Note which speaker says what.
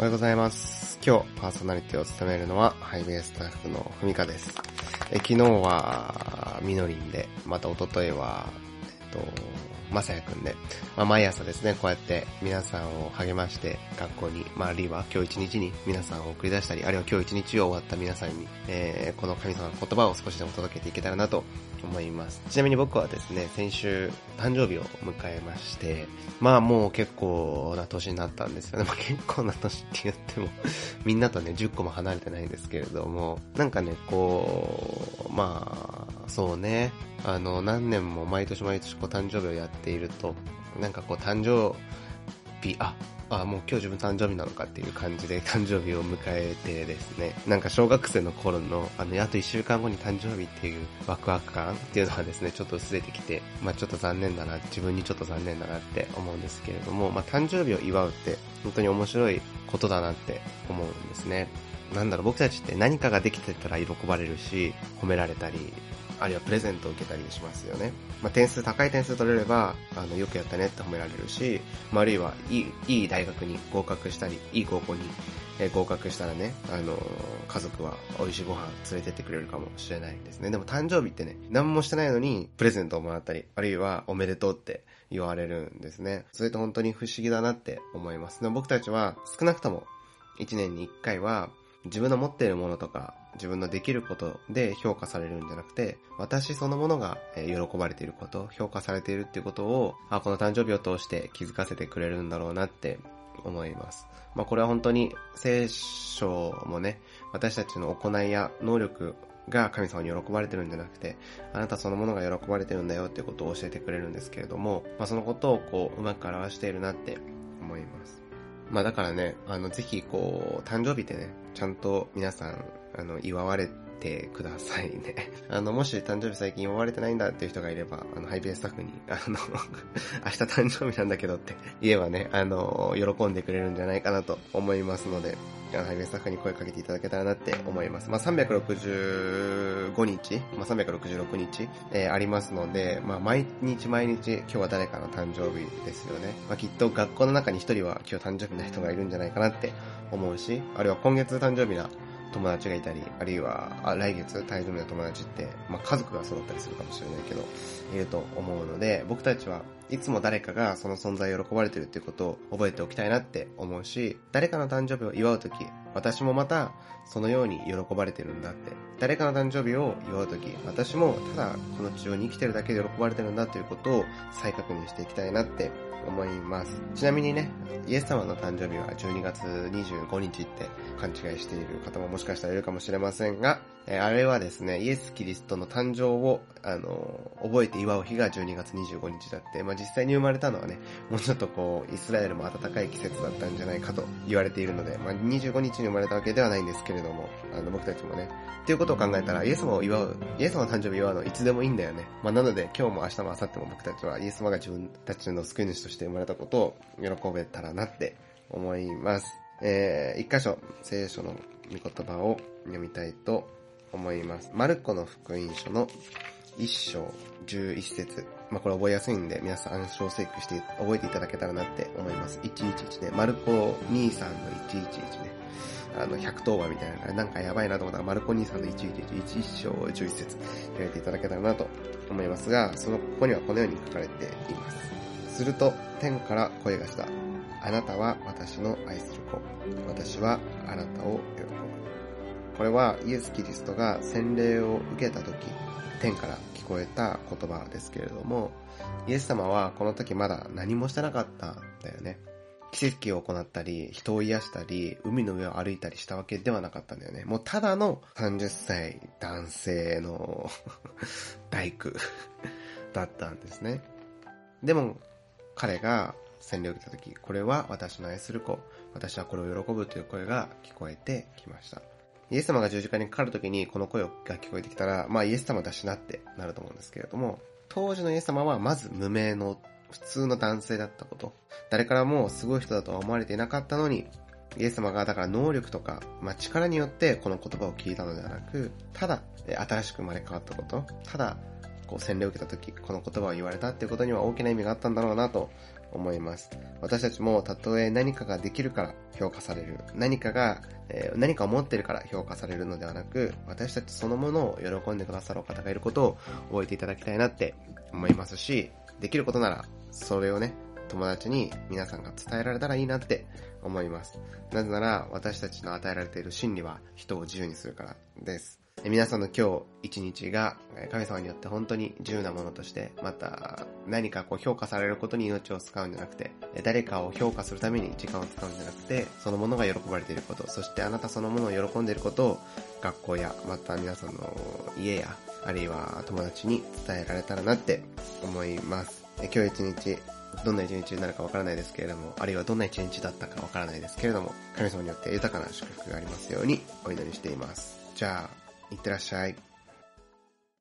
Speaker 1: おはようございます。今日パーソナリティを務めるのはハイベースタッフのふみかです。昨日はみのりんで、また一昨日はまさやくんで、毎朝ですね、こうやって皆さんを励まして学校に、あるいは今日一日に皆さんを送り出したり、あるいは今日一日を終わった皆さんに、この神様の言葉を少しでも届けていけたらなと思います。ちなみに僕はですね、先週誕生日を迎えまして、もう結構な年になったんですよね。結構な年って言ってもみんなとね10個も離れてないんですけれども、なんかねそうね、何年も毎年毎年誕生日をやっていると、なんか誕生日、もう今日自分誕生日なのかっていう感じで誕生日を迎えてですね、なんか小学生の頃のあと1週間後に誕生日っていうワクワク感っていうのはですね、ちょっと薄れてきて、ちょっと残念だな、自分にちょっと残念だなって思うんですけれども、誕生日を祝うって本当に面白いことだなって思うんですね。僕たちって何かができてたら喜ばれるし、褒められたり、あるいはプレゼントを受けたりしますよね。高い点数取れれば、よくやったねって褒められるし、あるいは、いい大学に合格したり、いい高校に、合格したらね、家族は美味しいご飯連れてってくれるかもしれないんですね。でも誕生日ってね、何もしてないのに、プレゼントをもらったり、あるいはおめでとうって言われるんですね。それって本当に不思議だなって思います。でも僕たちは、少なくとも、1年に1回は、自分の持っているものとか自分のできることで評価されるんじゃなくて、私そのものが喜ばれていること、評価されているっていうことをこの誕生日を通して気づかせてくれるんだろうなって思います。これは本当に聖書もね、私たちの行いや能力が神様に喜ばれてるんじゃなくて、あなたそのものが喜ばれてるんだよっていうことを教えてくれるんですけれども、そのことをうまく表しているなって思います。だからね、ぜひ誕生日ってね、ちゃんと皆さん、祝われてくださいね。もし誕生日最近祝われてないんだっていう人がいれば、ハイベーススタッフに、明日誕生日なんだけどって言えばね、喜んでくれるんじゃないかなと思いますので、ハイベーススタッフに声かけていただけたらなって思います。365日、366日、ありますので、毎日毎日今日は誰かの誕生日ですよね。きっと学校の中に一人は今日誕生日な人がいるんじゃないかなって思うし、あるいは今月誕生日な友達がいたり、あるいは来月誕生日の友達って、家族が揃ったりするかもしれないけど、いると思うので、僕たちはいつも誰かがその存在を喜ばれてるっていうことを覚えておきたいなって思うし、誰かの誕生日を祝うとき、私もまたそのように喜ばれてるんだって。誰かの誕生日を祝うとき、私もただこの地上に生きてるだけで喜ばれてるんだということを再確認していきたいなって思います。ちなみにね、イエス様の誕生日は12月25日って勘違いしている方ももしかしたらいるかもしれませんが、あれはですね、イエス・キリストの誕生を覚えて祝う日が12月25日だって、実際に生まれたのはね、もうちょっとイスラエルも暖かい季節だったんじゃないかと言われているので、25日に生まれたわけではないんですけれども、僕たちもね、っていうことを考えたら、イエス様の誕生日を祝うのいつでもいいんだよね。なので今日も明日も明後日も僕たちはイエス様が自分たちの救い主として生まれたことを喜べたらなって思います。一箇所聖書の御言葉を読みたいと思います。マルコの福音書の1章11節。これ覚えやすいんで皆さん暗唱聖句して覚えていただけたらなって思います。111ね。マルコ23の111ね。110話みたいな、なんかやばいなと思ったら、マルコ兄さんの111章11節やれていただけたらなと思いますが、ここにはこのように書かれています。すると、天から声がした。あなたは私の愛する子。私はあなたを喜ぶ。これはイエス・キリストが洗礼を受けたとき、天から聞こえた言葉ですけれども、イエス様はこの時まだ何もしてなかったんだよね。奇跡を行ったり、人を癒したり、海の上を歩いたりしたわけではなかったんだよね。もうただの30歳男性の大工だったんですね。でも彼が洗礼を受けたとき、これは私の愛する子、私はこれを喜ぶという声が聞こえてきました。イエス様が十字架にかかるときにこの声が聞こえてきたら、イエス様だしなってなると思うんですけれども、当時のイエス様はまず無名の普通の男性だったこと。誰からもすごい人だとは思われていなかったのに、イエス様がだから能力とか、力によってこの言葉を聞いたのではなく、ただ新しく生まれ変わったこと、ただ洗礼を受けた時この言葉を言われたっていうことには大きな意味があったんだろうなと思います。私たちもたとえ何かができるから評価される、何かを持ってるから評価されるのではなく、私たちそのものを喜んでくださるお方がいることを覚えていただきたいなって思いますし、できることならそれをね、友達に皆さんが伝えられたらいいなって思います。なぜなら私たちの与えられている真理は人を自由にするからです。皆さんの今日一日が神様によって本当に自由なものとして、また何か評価されることに命を使うんじゃなくて、誰かを評価するために時間を使うんじゃなくて、そのものが喜ばれていること、そしてあなたそのものを喜んでいることを学校やまた皆さんの家やあるいは友達に伝えられたらなって思います。今日一日どんな一日になるかわからないですけれども、あるいはどんな一日だったかわからないですけれども、神様によって豊かな祝福がありますようにお祈りしています。じゃあいってらっしゃい。